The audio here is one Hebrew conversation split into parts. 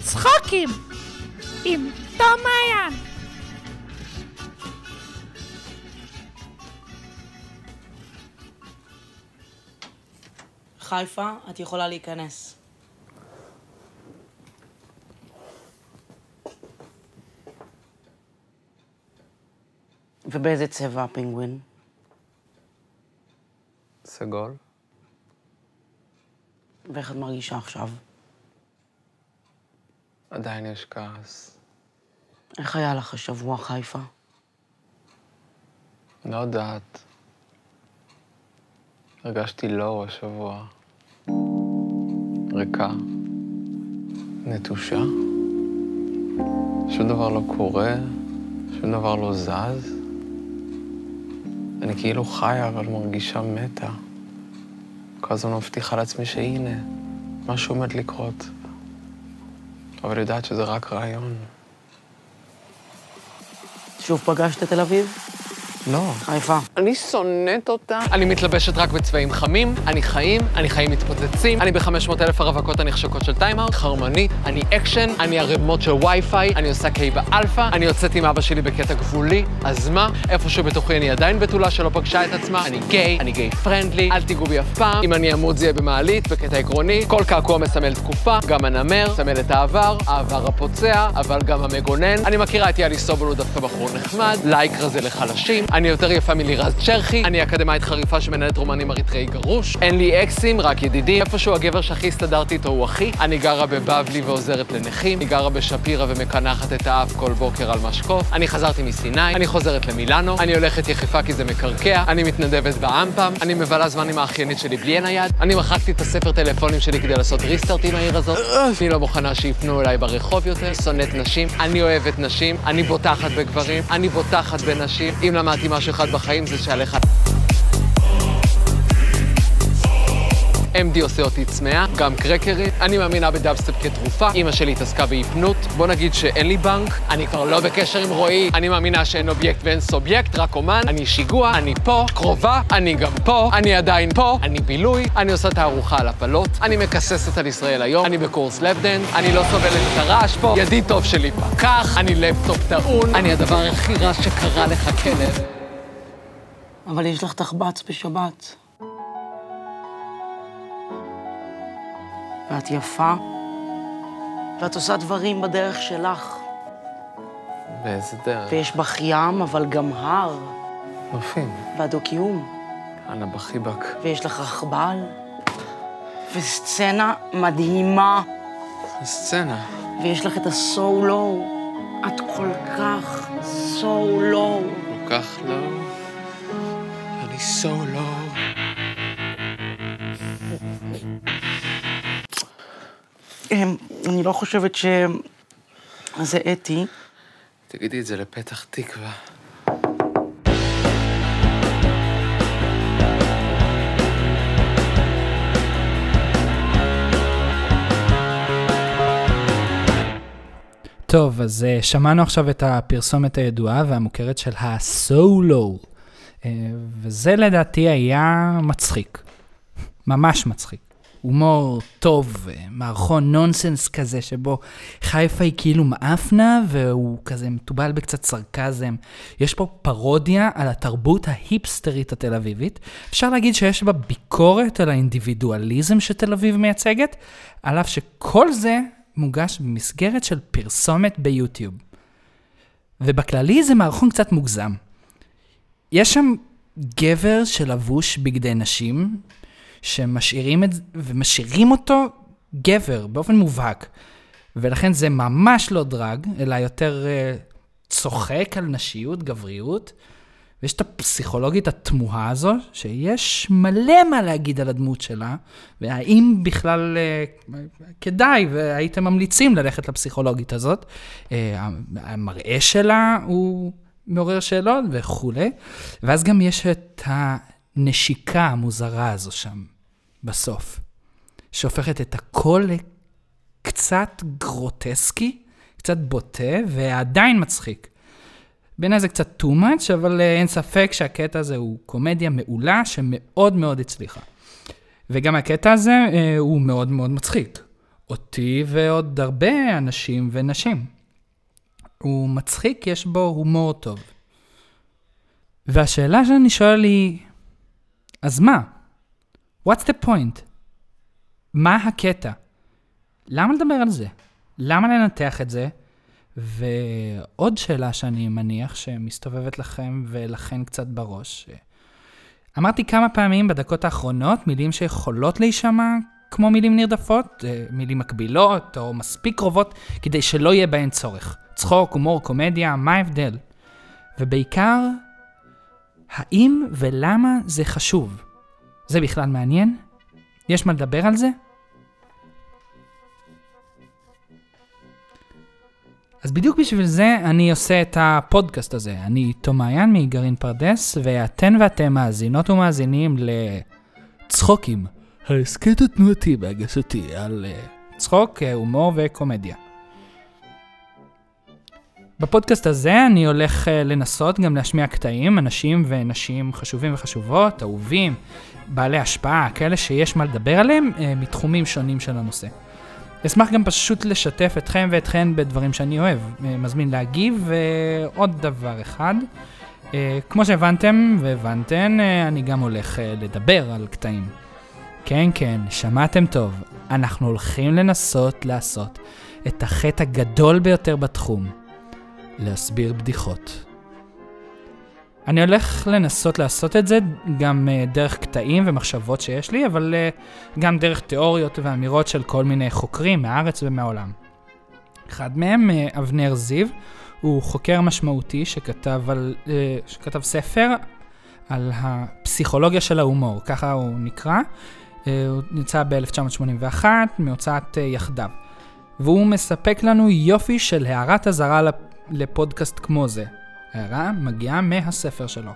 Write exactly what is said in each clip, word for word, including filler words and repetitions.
צחוקים עם תום מעיין. חיפה, את יכולה להיכנס. ובאיזה צבע הפינגווין? סגול. ואיך את מרגישה עכשיו? עדיין יש כעס. איך היה לך השבוע, חיפה? לא יודעת. הרגשתי לא השבוע. ריקה. נטושה. שום דבר לא קורה, שום דבר לא זז. אני כאילו חיה, אבל מרגישה מתה. כל הזמן מבטיחה לעצמי שהנה, משהו עומד לקרות. אבל יודעת שזה רק רעיון. שוב פגשת את תל אביב? לא. חיפה. אני שונאת אותה. אני מתלבשת רק בצבעים חמים, אני חיים, אני חיים מתפוצצים, אני ב-חמש מאות אלף הרווקות הנחשקות של טיימאוט, חרמנית, אני אקשן, אני הרמות של וי-פיי, אני עושה קיי באלפא, אני יוצאת עם אבא שלי בקטע גבולי, אז מה? איפשהו בתוכי אני עדיין בתולה שלא פגשה את עצמה, אני גיי, אני גיי פרנדלי, אל תיגעו בי אף פעם, אם אני אמות זה יהיה במעלית, בקטע עקרוני, כל קעקוע מסמל תקופה, גם הנמר, מסמל את העבר, העבר הפוצע, אבל גם המגונן. אני מכירה את יאלי סובול, הוא דווקא בחור נחמד, לייק רזה לחלשים. אני יותר יפה מלירז צ'רחי, אני אקדמאית חריפה שמנהלת רומנים אריתראי גרוש, אין לי אקסים, רק ידידים, איפשהו הגבר שהכי הסתדרתי איתו הוא אחי, אני גרה בבבלי ועוזרת לנכים, אני גרה בשפירה ומקנחת את האף כל בוקר על משקוף, אני חזרתי מסיני, אני חוזרת למילאנו, אני הולכת יחפה כי זה מקרקע, אני מתנדבת באמפם, אני מבלה זמן עם האחיינית שלי בלי הנייד, אני מחקתי את הספר טלפונים שלי כדי לעשות ריסטארט עם העיר הזאת, אני לא מוכנה שיפנו אליי ברחוב יותר, שונאת נשים, אני אוהבת נשים, אני בוטחת בגברים, אני בוטחת בנשים, אם למדתי משהו אחד בחיים זה שעליך אם די עושה אותי צמאה, גם קרקרית, אני מאמינה בדאבסטפ כתרופה, אמא שלי התעסקה בהיפנות, בוא נגיד שאין לי בנק, אני כבר לא בקשר עם רועי, אני מאמינה שאין אובייקט ואין סובייקט, רק אומן, אני שיגוע, אני פה, קרובה, אני גם פה, אני עדיין פה, אני בילוי, אני עושה תערוכה על הפלות, אני מקססת על ישראל היום, אני בקורס לפדנס, אני לא סובלת את הרעש פה, ידי טוב שלי פקח, אני לפטופ טעון, אני הדבר הכי רע שקרה לך כלב. אבל יש לך תחבץ בשבת. ואת יפה, ואת עושה דברים בדרך שלך. באיזה דרך? ויש בך ים, אבל גם הר. נופים. והדו-קיום. אנה בחיבק. ויש לך רכבל. וסצנה מדהימה. סצנה. ויש לך את הסולו. את כל כך סולו. כל כך לא. אני סולו. אני לא חושבת שזה אתי. תגידי את זה לפתח תקווה. טוב, אז שמענו עכשיו את הפרסומת הידועה והמוכרת של הסולו. וזה לדעתי היה מצחיק. ממש מצחיק. הומור טוב, מערכון נונסנס כזה, שבו חיפה היא כאילו מאפנה, והוא כזה מטובל בקצת סרקזם. יש פה פרודיה על התרבות ההיפסטרית התל אביבית. אפשר להגיד שיש בה ביקורת על האינדיבידואליזם שתל אביב מייצגת, על אף שכל זה מוגש במסגרת של פרסומת ביוטיוב. ובכללי זה מערכון קצת מוגזם. יש שם גבר שלבוש בגדי נשים, שמשאירים את, ומשאירים אותו גבר באופן מובהק. ולכן זה ממש לא דרג, אלא יותר uh, צוחק על נשיות, גבריות. ויש את הפסיכולוגית התמוהה הזו, שיש מלא מה להגיד על הדמות שלה, והאם בכלל uh, כדאי, והייתם ממליצים ללכת לפסיכולוגית הזאת. Uh, המראה שלה הוא מעורר שאלות וכו'. ואז גם יש את הנשיקה המוזרה הזו שם, בסוף, שהופכת את הכל לקצת גרוטסקי, קצת בוטה, ועדיין מצחיק. בעיניי זה קצת too much, אבל אין ספק שהקטע הזה הוא קומדיה מעולה, שמאוד מאוד הצליחה. וגם הקטע הזה הוא מאוד מאוד מצחיק. אותי ועוד הרבה אנשים ונשים. הוא מצחיק, יש בו הומור טוב. והשאלה שאני שואל היא, אז מה? What's the point? מה הקטע? למה לדבר על זה? למה לנתח את זה? ועוד שאלה שאני מניח שמסתובבת לכם ולכן קצת בראש. אמרתי כמה פעמים בדקות האחרונות מילים שיכולות להישמע כמו מילים נרדפות, מילים מקבילות או מספיק קרובות כדי שלא יהיה בהן צורך. צחוק, הומור, קומדיה, מה ההבדל? ובעיקר, האם ולמה זה חשוב? זה בכלל מעניין? יש מה לדבר על זה? אז בדיוק בשביל זה אני עושה את הפודקאסט הזה. אני תומעיין מגרעין פרדס, ואתן ואתם מאזינות ומאזינים לצחוקים. ההסכת התנועתי בהגשתי על צחוק, הומור וקומדיה. בפודקאסט הזה אני הולך לנסות גם להשמיע קטעים, אנשים ונשים חשובים וחשובות, אהובים, בעלי השפעה, כאלה שיש מה לדבר עליהם מתחומים שונים של הנושא. אשמח גם פשוט לשתף אתכם ואתכן בדברים שאני אוהב. מזמין להגיב, ועוד דבר אחד. כמו שהבנתם והבנתן, אני גם הולך לדבר על קטעים. כן, כן, שמעתם טוב. אנחנו הולכים לנסות לעשות את החטא הגדול ביותר בתחום. להסביר בדיחות. אני הולך לנסות לעשות את זה גם דרך קטעים ומחשבות שיש לי, אבל גם דרך תיאוריות ואמירות של כל מיני חוקרים מהארץ ומהעולם. אחד מהם, אבנר זיו, הוא חוקר משמעותי שכתב, על, שכתב ספר על הפסיכולוגיה של ההומור, ככה הוא נקרא. הוא נמצא ב-אלף תשע מאות שמונים ואחת מהוצאת יחדיו. והוא מספק לנו יופי של הערת הזרה לפודקאסט כמו זה. הערה מגיעה מהספר שלו.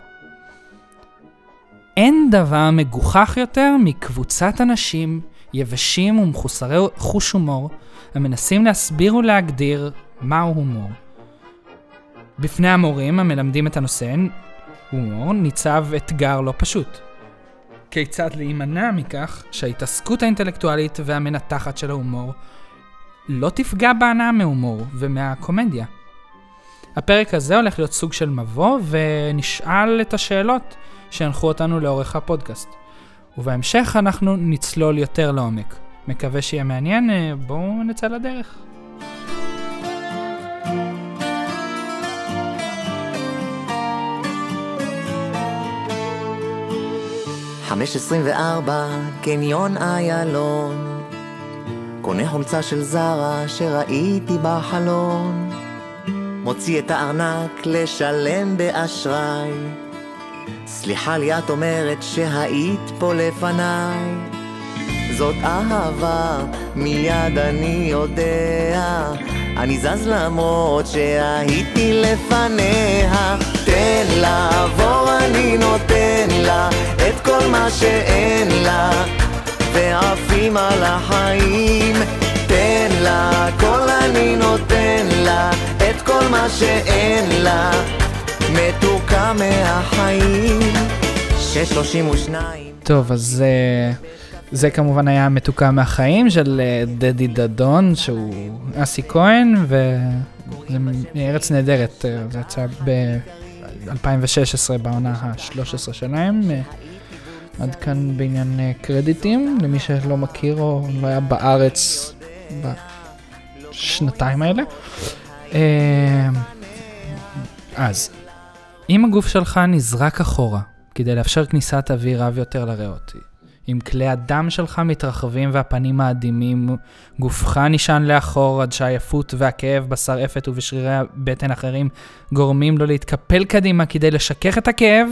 אין דבר מגוחך יותר מקבוצת אנשים יבשים ומחוסרי חוש הומור המנסים להסביר ולהגדיר מהו הומור. בפני המורים המלמדים את הנושא הומור ניצב אתגר לא פשוט. כיצד להימנע מכך שההתעסקות האינטלקטואלית והמנתחת של ההומור לא תפגע בהנאה מהומור ומהקומדיה. הפרק הזה הולך להיות סוג של מבוא, ונשאל את השאלות שהנחו אותנו לאורך הפודקאסט. ובהמשך אנחנו נצלול יותר לעומק. מקווה שיהיה מעניין, בואו נצא לדרך. חמש עשרים וארבע, קניון איילון, קונה חולצה של זרה שראיתי בחלון, מוציא את הארנק לשלם באשראי, סליחה לי את אומרת שהיית פה לפניי, זאת אהבה מיד אני יודע, אני זז למרות שהייתי לפניה, תן לעבור אני נותן לה את כל מה שאין לה ועפים על החיים, תן לה כל אני נותן לה את כל מה שאין לה מתוקה מהחיים. שש שלושים ושתיים. טוב, אז uh, זה כמובן היה מתוקה מהחיים של uh, דדי דדון, שהוא אסי כהן, וזה ארץ נהדרת, uh, זה יצא ב-אלפיים ושש עשרה בעונה ה-שלוש עשרה שלהם. uh, עד כאן בעניין uh, קרדיטים, למי שלא מכיר או לא היה בארץ בשנתיים האלה. Uh, אז, אם הגוף שלך נזרק אחורה, כדי לאפשר כניסת אוויר רב יותר לריאות, אם כלי הדם שלך מתרחבים והפנים האדימים, גופך נשען לאחור עד שהעייפות והכאב בשר אפת ובשרירי הבטן אחרים גורמים לו להתקפל קדימה כדי לשכך את הכאב,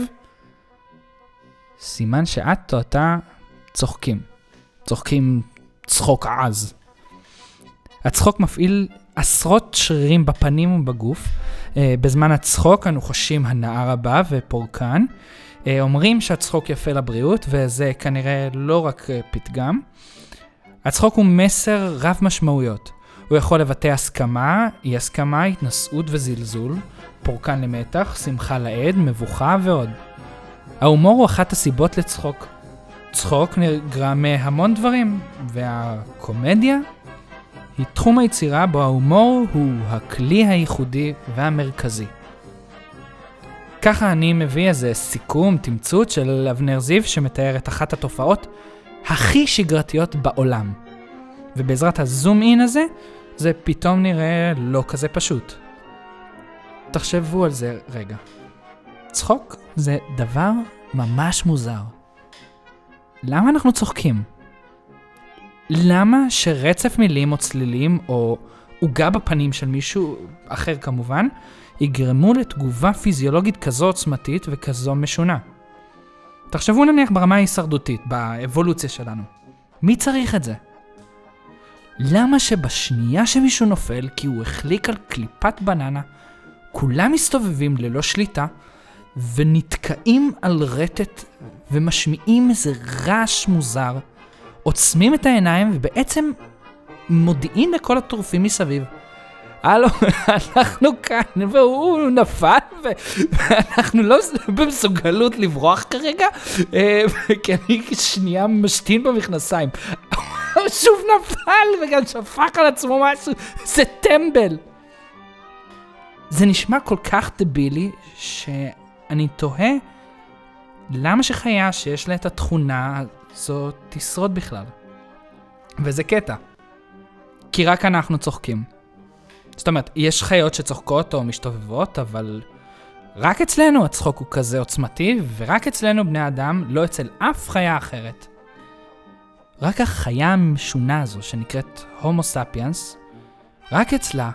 סימן שאת או אתה צוחקים. צוחקים צחוק עז. הצחוק מפעיל עשרות שרירים בפנים ובגוף. בזמן הצחוק אנו חשים הנאה רבה ופורקן. אומרים שהצחוק יפה לבריאות, וזה כנראה לא רק פתגם. הצחוק הוא מסר רב משמעויות. הוא יכול לבטא הסכמה, אי הסכמה, התנשאות וזלזול, פורקן למתח, שמחה לעד, מבוכה ועוד. ההומור הוא אחת הסיבות לצחוק. צחוק נגרם מהמון דברים, והקומדיה היא תחום היצירה בו ההומור הוא הכלי הייחודי והמרכזי. ככה אני מביא איזה סיכום, תמצות של אבנר זיו שמתאר את אחת התופעות הכי שגרתיות בעולם. ובעזרת הזום אין הזה, זה פתאום נראה לא כזה פשוט. תחשבו על זה רגע. צחוק זה דבר ממש מוזר. למה אנחנו צוחקים? למה שרצף מילים או צלילים או עוגה בפנים של מישהו אחר כמובן, יגרמו לתגובה פיזיולוגית כזו עוצמתית וכזו משונה? תחשבו נניח ברמה ההישרדותית, באבולוציה שלנו. מי צריך את זה? למה שבשנייה שמישהו נופל כי הוא החליק על קליפת בננה, כולם מסתובבים ללא שליטה ונתקעים על רטט ומשמיעים איזה רעש מוזר, עוצמים את העיניים ובעצם מודיעים לכל הטורפים מסביב. הלו, אנחנו כאן והוא נפל ואנחנו לא במסוגלות לברוח כרגע, כי אני שנייה משתין במכנסיים. הוא שוב נפל וגם שפך על עצמו משהו, זה טמבל. זה נשמע כל כך דבילי שאני תוהה למה שחיה שיש לה את התכונה הזו תשרוד בכלל. וזה קטע, כי רק אנחנו צוחקים. זאת אומרת, יש חיות שצוחקות או משתובבות, אבל רק אצלנו הצחוק הוא כזה עוצמתי, ורק אצלנו בני אדם, לא אצל אף חיה אחרת. רק החיה המשונה הזו שנקראת הומו ספיאנס, רק אצלה,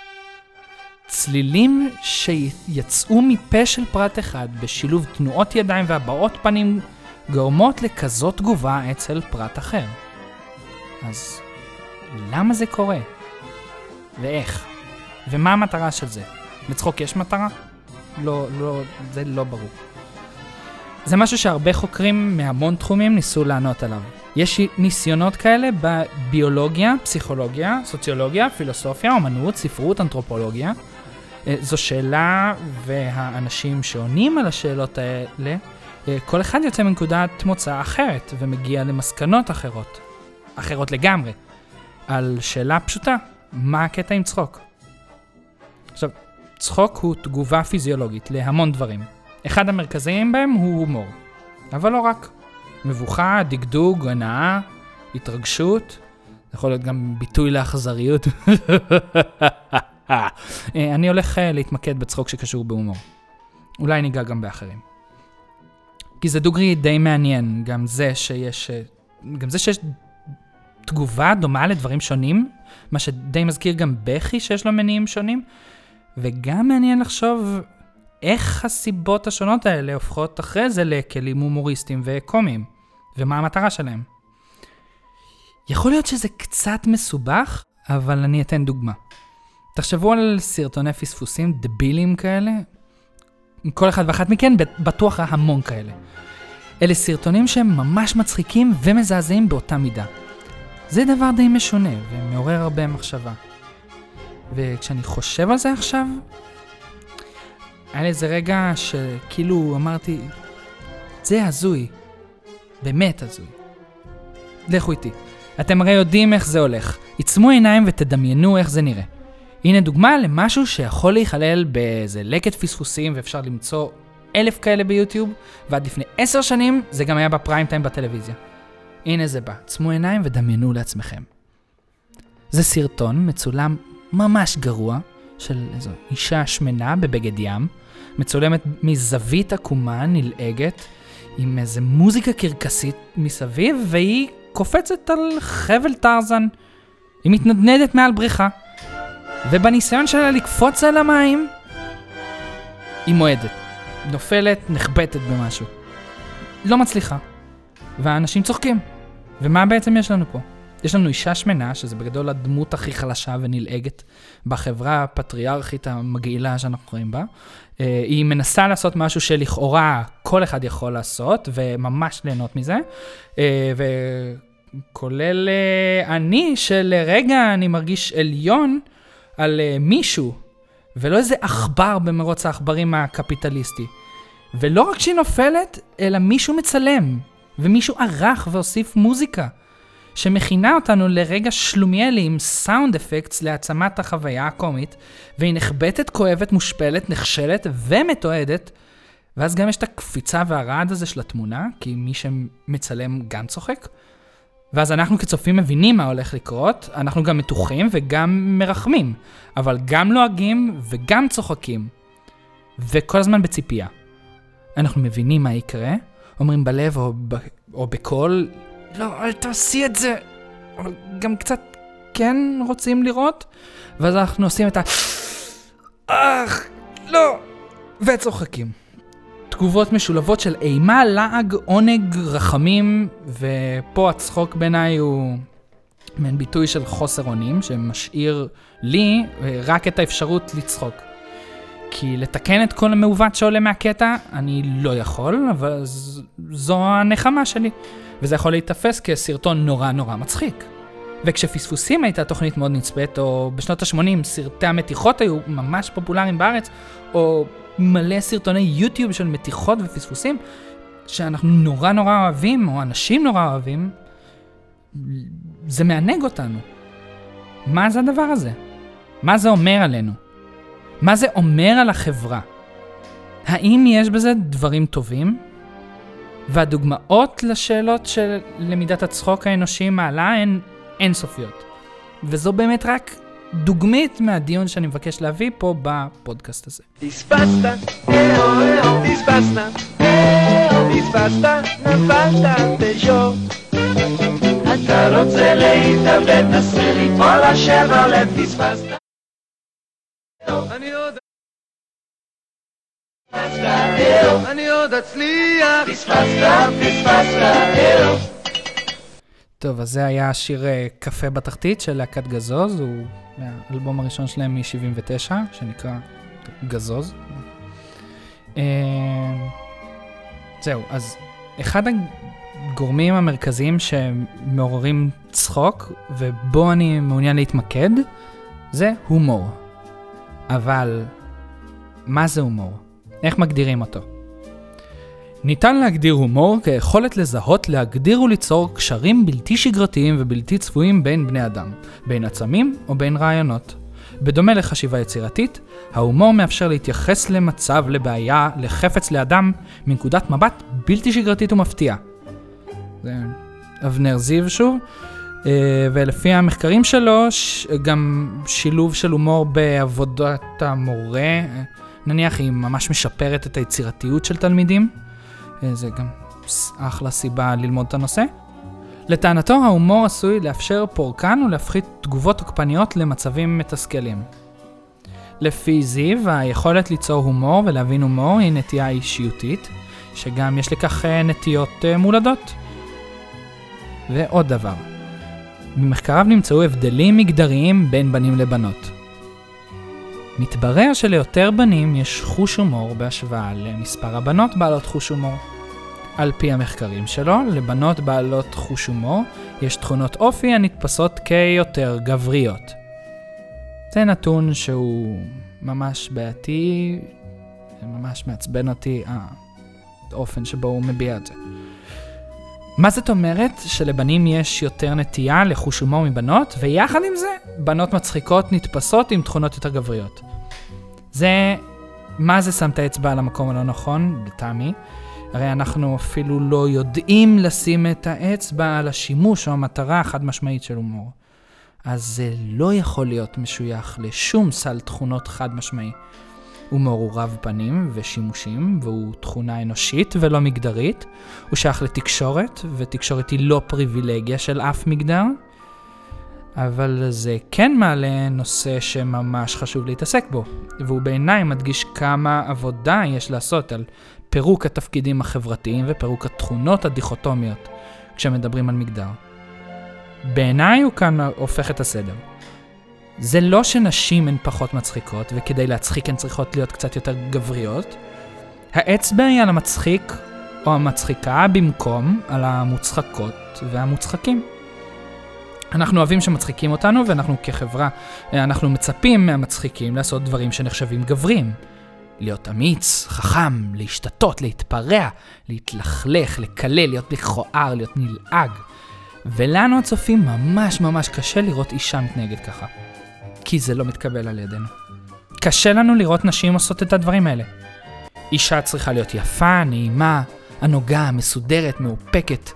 צלילים שיצאו מפה של פרט אחד בשילוב תנועות ידיים והבעות פנים גורמות לכזאת תגובה אצל פרט אחר. אז למה זה קורה? ואיך? ומה המטרה של זה? לצחוק יש מטרה? לא, לא, זה לא ברור. זה משהו שהרבה חוקרים מהמון תחומים ניסו לענות עליו. יש ניסיונות כאלה בביולוגיה, פסיכולוגיה, סוציולוגיה, פילוסופיה, אומנות, ספרות, אנתרופולוגיה. זו שאלה, והאנשים שעונים על השאלות האלה, כל אחד יוצא מנקודת מוצא אחרת ומגיע למסקנות אחרות, אחרות לגמרי, על שאלה פשוטה, מה הקטע עם צחוק? עכשיו, צחוק הוא תגובה פיזיולוגית להמון דברים. אחד המרכזיים בהם הוא הומור, אבל לא רק. מבוכה, דגדוג, הנאה, התרגשות, זה יכול להיות גם ביטוי לאכזריות. אני הולך להתמקד בצחוק שקשור בהומור. אולי ניגע גם באחרים. כי זה דוגרי די מעניין, גם זה שיש, גם זה שיש תגובה דומה לדברים שונים, מה שדי מזכיר גם בכי שיש לו מניעים שונים, וגם מעניין לחשוב איך הסיבות השונות האלה הופכות אחרי זה לכלים הומוריסטיים וקומיים, ומה המטרה שלהם. יכול להיות שזה קצת מסובך, אבל אני אתן דוגמה. תחשבו על סרטוני פספוסים דבילים כאלה, כל אחד ואחת מכן בטוח המון כאלה. אלה סרטונים שהם ממש מצחיקים ומזעזעים באותה מידה. זה דבר די משונה ומעורר הרבה מחשבה. וכשאני חושב על זה עכשיו, היה לי איזה רגע שכאילו אמרתי, זה הזוי, באמת הזוי. לכו איתי, אתם הרי יודעים איך זה הולך. עצמו עיניים ותדמיינו איך זה נראה. הנה דוגמה למשהו שיכול להיכלל באיזה לקט פספוסים, ואפשר למצוא אלף כאלה ביוטיוב, ועד לפני עשר שנים זה גם היה בפריים טיים בטלוויזיה. הנה זה בא, עצמו עיניים ודמיינו לעצמכם. זה סרטון מצולם ממש גרוע, של איזו אישה שמנה בבגד ים, מצולמת מזווית עקומה נלעגת, עם איזה מוזיקה קרקסית מסביב, והיא קופצת על חבל טרזן. היא מתנדנדת מעל בריכה, ובניסיון שלה לקפוץ על המים, היא מועדת, נופלת, נחבטת במשהו. לא מצליחה. והאנשים צוחקים. ומה בעצם יש לנו פה? יש לנו אישה שמנה, שזה בגדול הדמות הכי חלשה ונלעגת בחברה הפטריארכית המגעילה שאנחנו רואים בה. היא מנסה לעשות משהו שלכאורה כל אחד יכול לעשות, וממש ליהנות מזה. וכולל אני, שלרגע אני מרגיש עליון על מישהו, ולא איזה אכבר במרוץ האכברים הקפיטליסטי. ולא רק שהיא נופלת, אלא מישהו מצלם, ומישהו ערך והוסיף מוזיקה, שמכינה אותנו לרגע שלומיאלי עם סאונד אפקטס להעצמת החוויה הקומית, והיא נחבטת, כואבת, מושפלת, נכשלת ומתועדת, ואז גם יש את הקפיצה והרעד הזה של התמונה, כי מי שמצלם גם צוחק, ואז אנחנו כצופים מבינים מה הולך לקרות, אנחנו גם מתוחים וגם מרחמים, אבל גם לועגים וגם צוחקים, וכל הזמן בציפייה. אנחנו מבינים מה יקרה, אומרים בלב או, ב, או בקול, לא, אל תעשי את זה, אבל גם קצת כן רוצים לראות, ואז אנחנו עושים את ה... אך, לא, וצוחקים. תגובות משולבות של אימה, לעג, עונג, רחמים, ופה הצחוק בעיניי הוא מעין ביטוי של חוסר אונים, שמשאיר לי רק את האפשרות לצחוק. כי לתקן את כל המעוות שעולה מהקטע, אני לא יכול, אבל זו הנחמה שלי. וזה יכול להתאפס כסרטון נורא נורא מצחיק. וכשפספוסים הייתה תוכנית מאוד נצפית, או בשנות ה-שמונים סרטי המתיחות היו ממש פופולריים בארץ, או מלא סרטוני יוטיוב של מתיחות ופספוסים, שאנחנו נורא נורא אוהבים, או אנשים נורא אוהבים, זה מענג אותנו. מה זה הדבר הזה? מה זה אומר עלינו? מה זה אומר על החברה? האם יש בזה דברים טובים? והדוגמאות לשאלות של למידת הצחוק האנושי מעלה הן אינסופיות. וזו באמת רק דוגמית מהדיון שאני מבקש להביא פה בפודקאסט הזה. פספסת, פספסת, פספסת, נפלת בשוק. אתה רוצה להתאבד, נסה ליפול השבר לב, פספסת. אני עוד אני עוד אצליח, פספסת, פספסת. טוב, אז זה היה השיר קפה בתחתית של להקת גזוז, הוא מהאלבום הראשון שלהם מ-שבעים ותשע, שנקרא גזוז. זהו, אז אחד הגורמים המרכזיים שמעוררים צחוק, ובו אני מעוניין להתמקד, זה הומור. אבל מה זה הומור? איך מגדירים אותו? ניתן להגדיר הומור כיכולת לזהות, להגדיר וליצור קשרים בלתי שגרתיים ובלתי צפויים בין בני אדם, בין עצמים או בין רעיונות. בדומה לחשיבה יצירתית, ההומור מאפשר להתייחס למצב, לבעיה, לחפץ לאדם, מנקודת מבט בלתי שגרתית ומפתיעה. זה אבנר זיו שוב, ולפי המחקרים שלו, גם שילוב של הומור בעבודת המורה, נניח היא ממש משפרת את היצירתיות של תלמידים, זה גם אחלה סיבה ללמוד את הנושא. לטענתו, ההומור עשוי לאפשר פורקן ולהפחית תגובות תוקפניות למצבים מתסכלים. לפי זיו, היכולת ליצור הומור ולהבין הומור היא נטייה אישיותית, שגם יש לכך נטיות מולדות. ועוד דבר, במחקריו נמצאו הבדלים מגדריים בין בנים לבנות. מתברר שליותר בנים יש חוש הומור בהשוואה למספר הבנות בעלות חוש הומור. על פי המחקרים שלו, לבנות בעלות חוש הומור יש תכונות אופי הנתפסות כיותר גבריות. זה נתון שהוא ממש בעייתי, ממש מעצבן אותי האופן שבו הוא מביע את זה. מה זאת אומרת שלבנים יש יותר נטייה לחוש הומור מבנות, ויחד עם זה, בנות מצחיקות נתפסות עם תכונות יותר גבריות? זה, מה זה שם את האצבע על המקום הלא נכון, לטעמי? הרי אנחנו אפילו לא יודעים לשים את האצבע על השימוש או המטרה החד משמעית של הומור. אז זה לא יכול להיות משוייך לשום סל תכונות חד משמעי. הומור הוא רב פנים ושימושים, והוא תכונה אנושית ולא מגדרית. הוא שייך לתקשורת, ותקשורת היא לא פריבילגיה של אף מגדר. אבל זה כן מעלה נושא שממש חשוב להתעסק בו, והוא בעיניי מדגיש כמה עבודה יש לעשות על פירוק התפקידים החברתיים ופירוק התכונות הדיכוטומיות כשמדברים על מגדר. בעיניי הוא כאן הופך את הסדר. זה לא שנשים הן פחות מצחיקות, וכדי להצחיק הן צריכות להיות קצת יותר גבריות. האצבע היא על המצחיק או המצחיקה במקום על המוצחקות והמוצחקים. אנחנו אוהבים שמצחיקים אותנו, ואנחנו כחברה, אנחנו מצפים מהמצחיקים לעשות דברים שנחשבים גברים. להיות אמיץ, חכם, להשתתות, להתפרע, להתלכלך, לקלל, להיות מכוער, להיות נלעג. ולנו הצופים ממש ממש קשה לראות אישה מתנהגת ככה. כי זה לא מתקבל על ידינו. קשה לנו לראות נשים עושות את הדברים האלה. אישה צריכה להיות יפה, נעימה, הנוגה, מסודרת, מאופקת.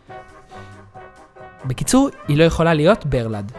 בקיצור, היא לא יכולה להיות ברלד.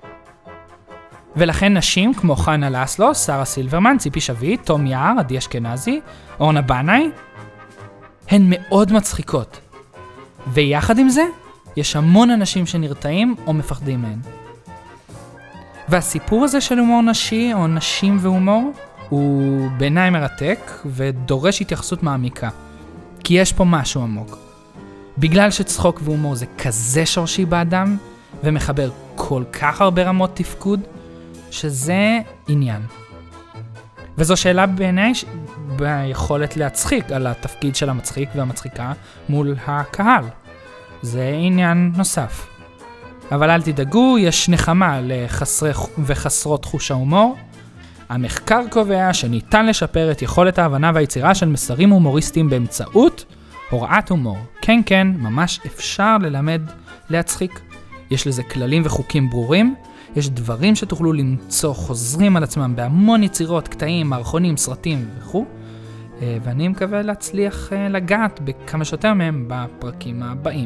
ולכן נשים כמו חנה לסלו, שרה סילברמן, ציפי שביט, תום יער, עדי אשכנזי, אורנה בנאי, הן מאוד מצחיקות. ויחד עם זה, יש המון אנשים שנרתעים או מפחדים מהן. והסיפור הזה של הומור נשי או נשים והומור הוא בעיניי מרתק ודורש התייחסות מעמיקה. כי יש פה משהו עמוק. בגלל שצחוק והומור זה כזה שורשי באדם ומחבר כל כך הרבה רמות תפקוד, שזה עניין. וזו שאלה בעיניי ש... ביכולת להצחיק על התפקיד של המצחיק והמצחיקה מול הקהל. זה עניין נוסף. אבל אל תדאגו, יש נחמה לחסרי וחסרות חוש ההומור. המחקר קובע שניתן לשפר את יכולת ההבנה והיצירה של מסרים הומוריסטיים באמצעות הוראת הומור. כן, כן, ממש אפשר ללמד להצחיק. יש לזה כללים וחוקים ברורים. יש דברים שתוכלו למצוא חוזרים על עצמם בהמון יצירות, קטעים, מערכונים, סרטים וכו'. ואני מקווה להצליח לגעת בכמה שיותר מהם בפרקים הבאים.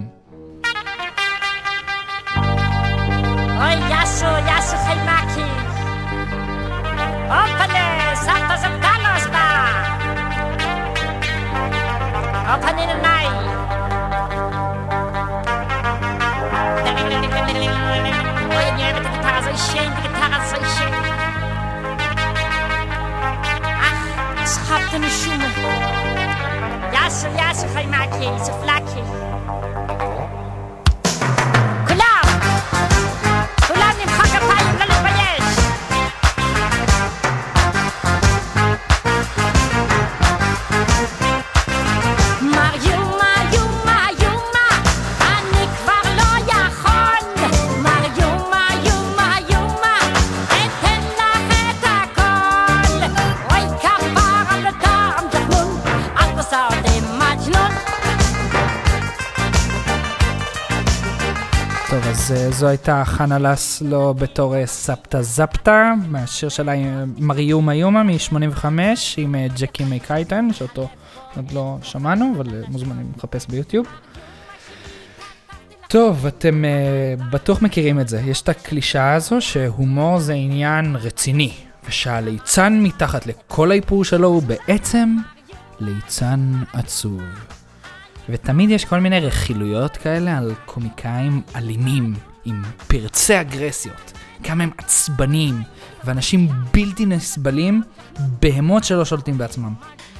אוי, יאשו, יאשו חיימקי. אופנה, סבתא זמדלוס בה. אופנה ננאי. אוי, אני אוהבת את הגיטרה, זו אישן, את הגיטרה, זו אישן. אך, שכבתי נשומה. יאשו, יאשו חיימקי, זה פלאקי. אז זו הייתה חנה לסלו בתור סבתא זפתא, מהשיר שלה מריומה יומה מ-שמונים וחמש עם ג'קי מייקייטן, שאותו עוד לא שמענו, אבל מוזמנים לחפש ביוטיוב. טוב, אתם uh, בטוח מכירים את זה. יש את הקלישה הזו שהומור זה עניין רציני, ושהליצן מתחת לכל האיפור שלו הוא בעצם ליצן עצוב. ותמיד יש כל מיני רכילויות כאלה על קומיקאים אלימים, עם פרצי אגרסיות, כמה הם עצבנים, ואנשים בלתי נסבלים, בהמות שלא שולטים בעצמם.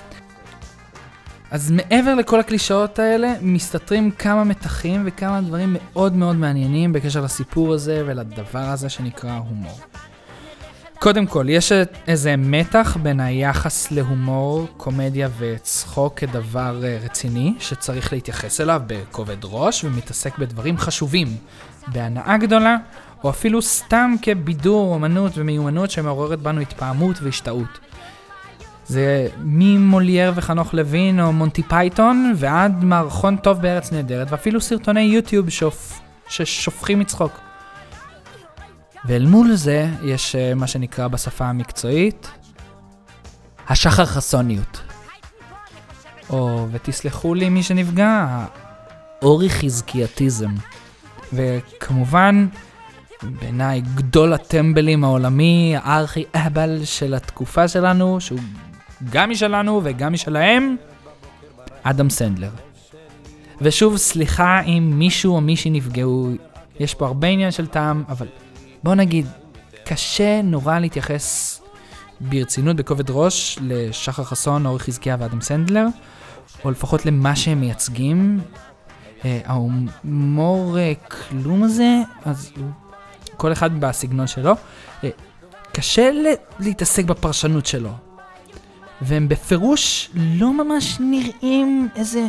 אז מעבר לכל הקלישאות האלה, מסתתרים כמה מתחים וכמה דברים מאוד מאוד מעניינים בקשר לסיפור הזה ולדבר הזה שנקרא הומור. קודם כל, יש איזה מתח בין היחס להומור, קומדיה וצחוק כדבר רציני, שצריך להתייחס אליו בכובד ראש ומתעסק בדברים חשובים, בהנאה גדולה, או אפילו סתם כבידור, אומנות ומיומנות שמעוררת בנו התפעמות והשתאות. זה ממולייר וחנוך לוין או מונטי פייתון ועד מערכון טוב בארץ נהדרת, ואפילו סרטוני יוטיוב שופ... ששופכים מצחוק. ואל מול זה יש מה שנקרא בשפה המקצועית השחר חסוניות. או, ותסלחו לי מי שנפגע, האורי חזקייתיזם. וכמובן, בעיניי גדול הטמבלים העולמי, הארכי אהבל של התקופה שלנו, שהוא גם משלנו וגם משלהם, אדם סנדלר. ושוב, סליחה אם מישהו או מישהי נפגעו, יש פה הרבה עניין של טעם, אבל בוא נגיד, קשה נורא להתייחס ברצינות בכובד ראש לשחר חסון, אורי חזקיה ואדם סנדלר, או לפחות למה שהם מייצגים. ההומור כלום הזה, אז כל אחד בסגנון שלו, קשה להתעסק בפרשנות שלו. והם בפירוש לא ממש נראים איזה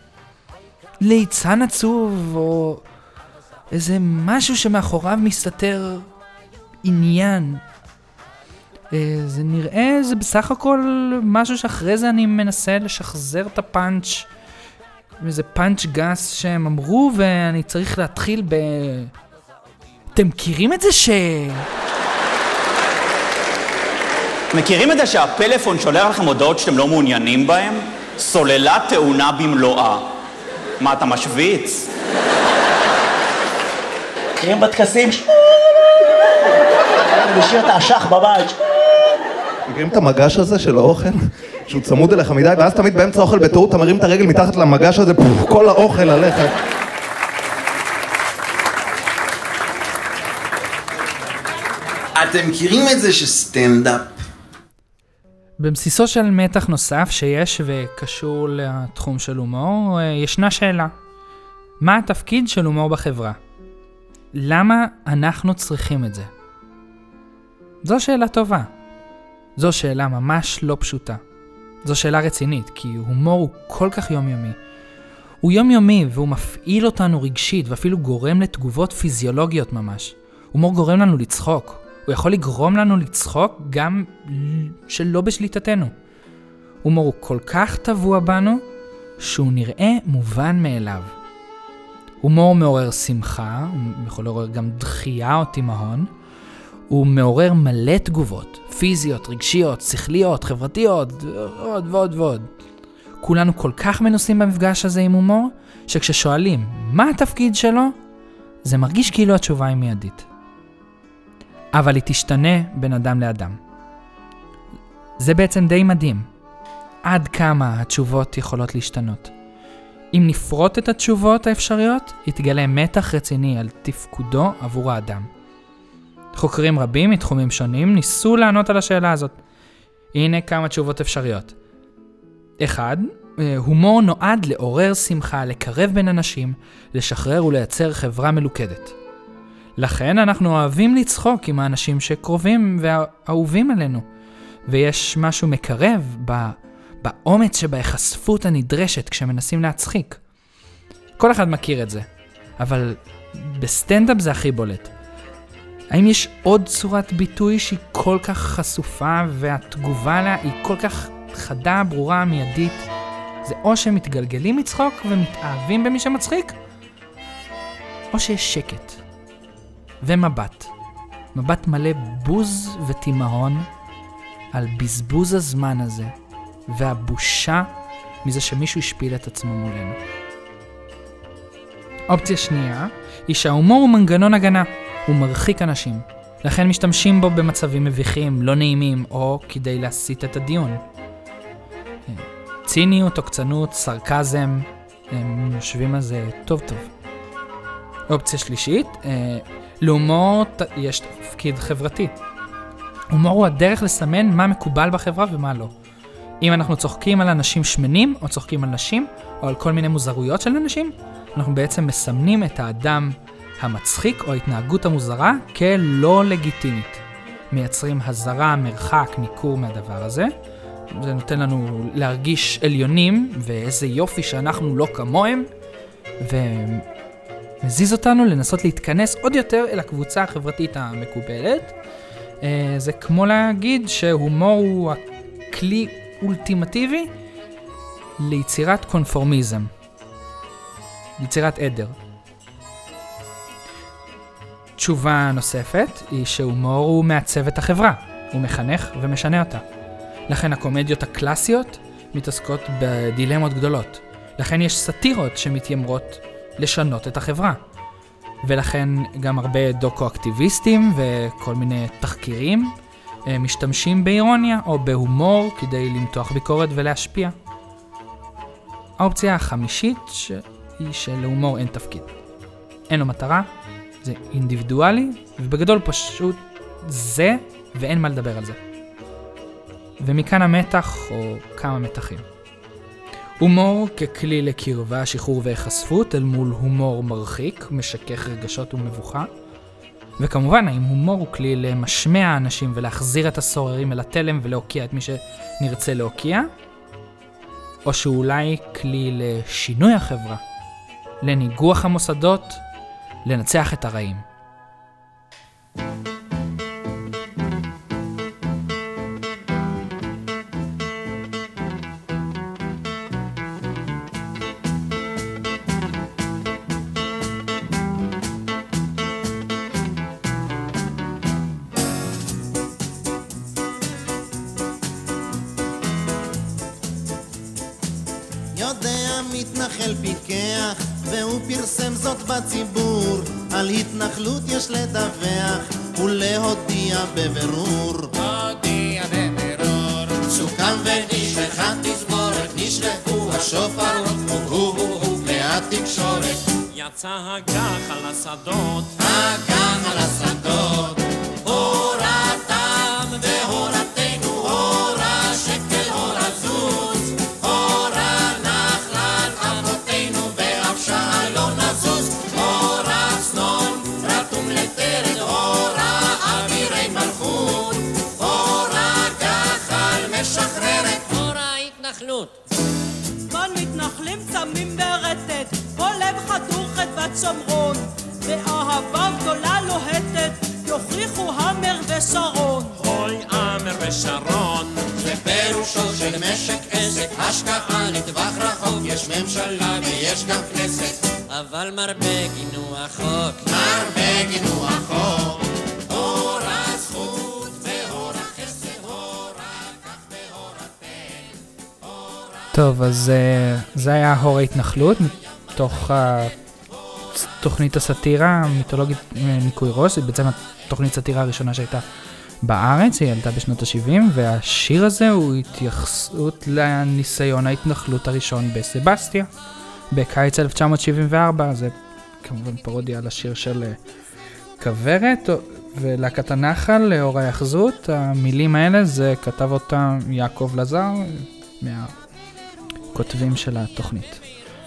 ליצן עצוב, או איזה משהו שמאחוריו מסתתר עניין. זה נראה, זה בסך הכל משהו שאחרי זה אני מנסה לשחזר את הפאנץ' איזה פאנץ' גס שהם אמרו, ואני צריך להתחיל ב... אתם מכירים את זה ש... מכירים את זה שהפלאפון שולח לכם הודעות שאתם לא מעוניינים בהם? סוללה טעונה במלואה. מה, אתה משוויץ? מכירים בטקסים? אני משאיר את האשך בבית. מכירים את המגש הזה של האוכל? שהוא צמוד אליך מדי, ואז תמיד באמצע האוכל בטעות אתה מרים את הרגל מתחת למגש הזה, פוף, כל האוכל עליך. אתם מכירים את זה שסטנדאפ? בבסיסו של מתח נוסף שיש וקשור לתחום של הומור, ישנה שאלה. מה התפקיד של הומור בחברה? למה אנחנו צריכים את זה? זו שאלה טובה. זו שאלה ממש לא פשוטה. זו שאלה רצינית, כי הומור הוא כל כך יומיומי. הוא יומיומי והוא מפעיל אותנו רגשית ואפילו גורם לתגובות פיזיולוגיות ממש. הומור גורם לנו לצחוק. הוא יכול לגרום לנו לצחוק גם שלא בשליטתנו. הומור הוא כל כך טבוע בנו שהוא נראה מובן מאליו. הומור מעורר שמחה, הוא יכול לעורר גם דחייה או תימהון. הוא מעורר מלא תגובות, פיזיות, רגשיות, שכליות, חברתיות, עוד ועוד ועוד. כולנו כל כך מנוסים במפגש הזה עם הומור, שכששואלים מה התפקיד שלו, זה מרגיש כאילו התשובה היא מיידית. אבל היא תשתנה בין אדם לאדם. זה בעצם די מדהים. עד כמה התשובות יכולות להשתנות. אם נפרוט את התשובות האפשריות, יתגלה מתח רציני על תפקודו עבור האדם. חוקרים רבים מתחומים שונים ניסו לענות על השאלה הזאת. הנה כמה תשובות אפשריות. אחד, הומור נועד לעורר שמחה, לקרב בין אנשים, לשחרר ולייצר חברה מלוכדת. לכן אנחנו אוהבים לצחוק עם האנשים שקרובים ואהובים עלינו. ויש משהו מקרב ב... באומץ שבהיחשפות הנדרשת כשמנסים להצחיק. כל אחד מכיר את זה, אבל בסטנדאפ זה הכי בולט. האם יש עוד צורת ביטוי שהיא כל כך חשופה והתגובה לה היא כל כך חדה, ברורה, מיידית? זה או שמתגלגלים מצחוק ומתאהבים במי שמצחיק, או שיש שקט ומבט. מבט מלא בוז ותימהון על בזבוז הזמן הזה והבושה מזה שמישהו השפיל את עצמו מולנו. אופציה שנייה היא שההומור הוא מנגנון הגנה. הוא מרחיק אנשים. לכן משתמשים בו במצבים מביכים, לא נעימים, או כדי להסיט את הדיון. ציניות, עוקצנות, סרקזם, הם יושבים על זה טוב טוב. אופציה שלישית, להומור יש תפקיד חברתי. הומור הוא הדרך לסמן מה מקובל בחברה ומה לא. אם אנחנו צוחקים על אנשים שמנים, או צוחקים על נשים, או על כל מיני מוזרויות של אנשים, אנחנו בעצם מסמנים את האדם המצחיק או ההתנהגות המוזרה כלא לגיטימית. מייצרים הזרה, מרחק, ניכור מהדבר הזה. זה נותן לנו להרגיש עליונים, ואיזה יופי שאנחנו לא כמוהם, ומזיז אותנו לנסות להתכנס עוד יותר אל הקבוצה החברתית המקובלת. זה כמו להגיד שהומור הוא הכלי אולטימטיבי ליצירת קונפורמיזם. יצירת עדר. תשובה נוספת היא שהומור הוא מעצב את החברה, הוא מחנך ומשנה אותה. לכן הקומדיות הקלאסיות מתעסקות בדילמות גדולות. לכן יש סאטירות שמתיימרות לשנות את החברה. ולכן גם הרבה דוקו-אקטיביסטים וכל מיני תחקירים משתמשים באירוניה או בהומור כדי למתוח ביקורת ולהשפיע. האופציה החמישית היא שלהומור אין תפקיד. אין לו מטרה, זה אינדיבידואלי, ובגדול פשוט זה, ואין מה לדבר על זה. ומכאן המתח, או כמה מתחים. הומור ככלי לקרבה, שחרור והיחשפות, אל מול הומור מרחיק, משכך רגשות ומבוכה. וכמובן, האם הומור הוא כלי למשמע האנשים ולהחזיר את הסוררים אל התלם ולהוקיע את מי שנרצה להוקיע, או שאולי כלי לשינוי החברה, לניגוח המוסדות, לנצח את הרעים. יודע מתנחל פיקח, והוא פרסם זאת בציבור, על התנחלות יש לדווח ולהודיע בבירור. הודיע בבירור. סוכם ונשלחה תזמורת, נשלחו השופרות, הובאו הובאו והתקשורת. יצא הגח על השדות, הגח על השדות, הורתם והורתנו, הורה שקל הורה זוז, הורה נחלת אבותינו ואף שער לא נזוז, הורה צנון רתום לטרד, הורה אבירי מלכות, הורה גחל משחררת, הורה התנחלות. זמן מתנחלים צמים ברטט, בלב חדור חדוות שומרון, ואהבה גדולה לוהטת, יוכיחו המר ושרון. אוי אמר ושרון, זה פירושו של משק עסק, השקעה לטווח רחוק, יש ממשלה ויש גם כנסת. אבל מר בגין הוא החוק, מר בגין הוא החוק, הורה זכות והורה חסד, הורה כך והורה תן, הורה... טוב, אז זה היה הורה התנחלות, מתוך תוכנית הסאטירה המיתולוגית ניקוי ראש, זה בעצם התוכנית סאטירה הראשונה שהייתה בארץ, היא עלתה בשנות ה-שבעים, והשיר הזה הוא התייחסות לניסיון ההתנחלות הראשון בסבסטיה, בקיץ אלף תשע מאות שבעים וארבע, זה כמובן פרודיה על השיר של כוורת, ולהקת הנחל, לאור היחזות, המילים האלה זה כתב אותה יעקב לזר, מהכותבים של התוכנית.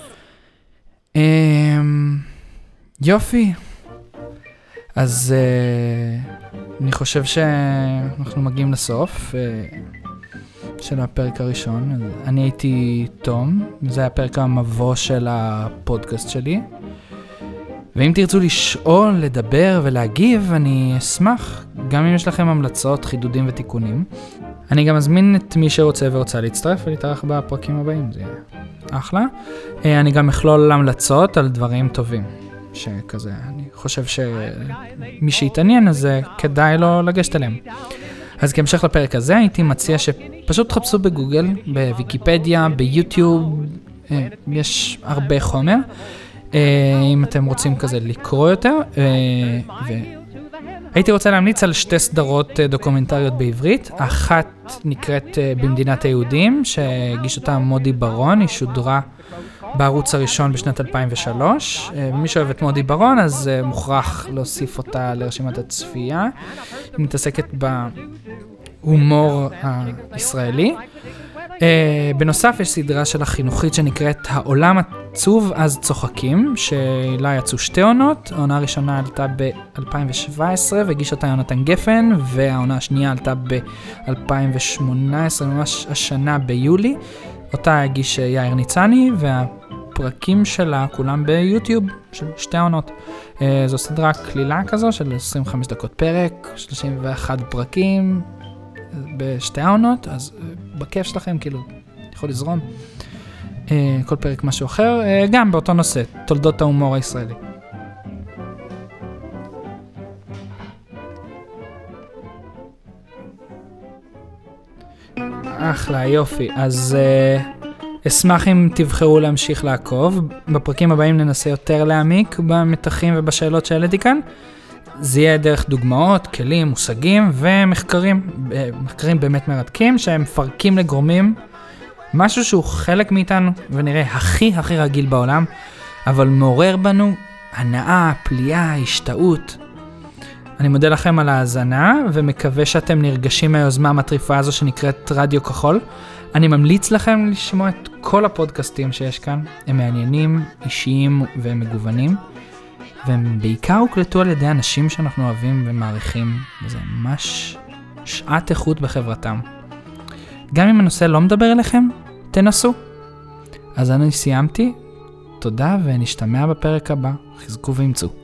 יופי, אז אני חושב שאנחנו מגיעים לסוף של הפרק הראשון. אני הייתי תום, זה היה פרק המבוא של הפודקאסט שלי, ואם תרצו לשאול, לדבר ולהגיב, אני אשמח, גם אם יש לכם המלצות, חידודים ותיקונים. אני גם אזמין את מי שרוצה ורוצה להצטרף ולהתארח בפרקים הבאים, זה אחלה. אני גם אכלול המלצות על דברים טובים, שכזה, אני חושב שמי שיתעניין, אז כדאי לו לגשת אליהם. אז כהמשך לפרק הזה, הייתי מציע שפשוט תחפשו בגוגל, בוויקיפדיה, ביוטיוב, יש הרבה חומר. אם אתם רוצים כזה לקרוא יותר, הייתי רוצה להמליץ על שתי סדרות דוקומנטריות בעברית. אחת נקראת במדינת היהודים, שהגיש אותה מודי ברון, היא שודרה בערוץ הראשון בשנת אלפיים ושלוש. ומי שאוהב את מודי ברון, אז מוכרח להוסיף אותה לרשימת הצפייה. היא מתעסקת בהומור הישראלי. בנוסף יש סדרה של החינוכית שנקראת העולם עצוב אז צוחקים, שלה יצאו שתי עונות. העונה הראשונה עלתה ב-אלפיים שבע עשרה והגיש אותה יונתן גפן, והעונה השנייה עלתה ב-אלפיים ושמונה עשרה, ממש השנה ביולי. אותה הגיש יאיר ניצני, והפרקים שלה כולם ביוטיוב של שתי העונות. זו סדרה כלילה כזו של עשרים וחמש דקות פרק, שלושים ואחד פרקים בשתי העונות, אז בכיף שלכם, כאילו, יכול לזרום. כל פרק משהו אחר, גם באותו נושא, תולדות ההומור הישראלי. אחלה, יופי. אז אשמח אם תבחרו להמשיך לעקוב. בפרקים הבאים ננסה יותר להעמיק במתחים ובשאלות שהעליתי כאן. זה יהיה דרך דוגמאות, כלים, מושגים ומחקרים, מחקרים באמת מרתקים, שהם מפרקים לגורמים משהו שהוא חלק מאיתנו, ונראה הכי הכי רגיל בעולם, אבל מעורר בנו הנאה, פליאה, השתאות. אני מודה לכם על ההאזנה, ומקווה שאתם נרגשים מהיוזמה המטריפה הזו שנקראת רדיו כחול. אני ממליץ לכם לשמוע את כל הפודקאסטים שיש כאן, הם מעניינים, אישיים ומגוונים. והם בעיקר הוקלטו על ידי אנשים שאנחנו אוהבים ומעריכים, וזה ממש שעת איכות בחברתם. גם אם הנושא לא מדבר אליכם, תנסו. אז אני סיימתי, תודה ונשתמע בפרק הבא, חזקו ואמצו.